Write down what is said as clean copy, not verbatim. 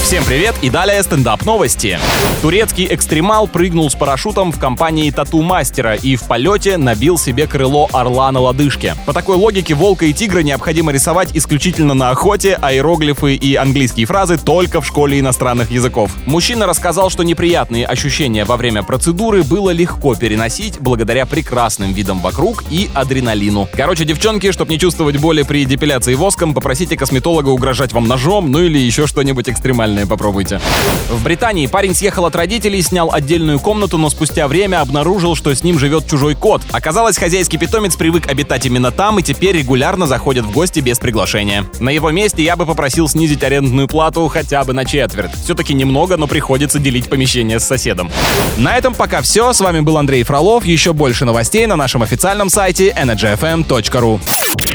Всем привет и далее стендап-новости. Турецкий экстремал прыгнул с парашютом в компании тату-мастера и в полете набил себе крыло орла на лодыжке. По такой логике волка и тигра необходимо рисовать исключительно на охоте, а иероглифы и английские фразы только в школе иностранных языков. Мужчина рассказал, что неприятные ощущения во время процедуры было легко переносить благодаря прекрасным видам вокруг и адреналину. Короче, девчонки, чтобы не чувствовать боли при депиляции воском, попросите косметолога угрожать вам ножом, ну или еще что-нибудь экстремальное попробуйте. В Британии парень съехал от родителей, снял отдельную комнату, но спустя время обнаружил, что с ним живет чужой кот. Оказалось, хозяйский питомец привык обитать именно там и теперь регулярно заходит в гости без приглашения. На его месте я бы попросил снизить арендную плату хотя бы на четверть. Все-таки немного, но приходится делить помещение с соседом. На этом пока все. С вами был Андрей Фролов. Еще больше новостей на нашем официальном сайте energyfm.ru.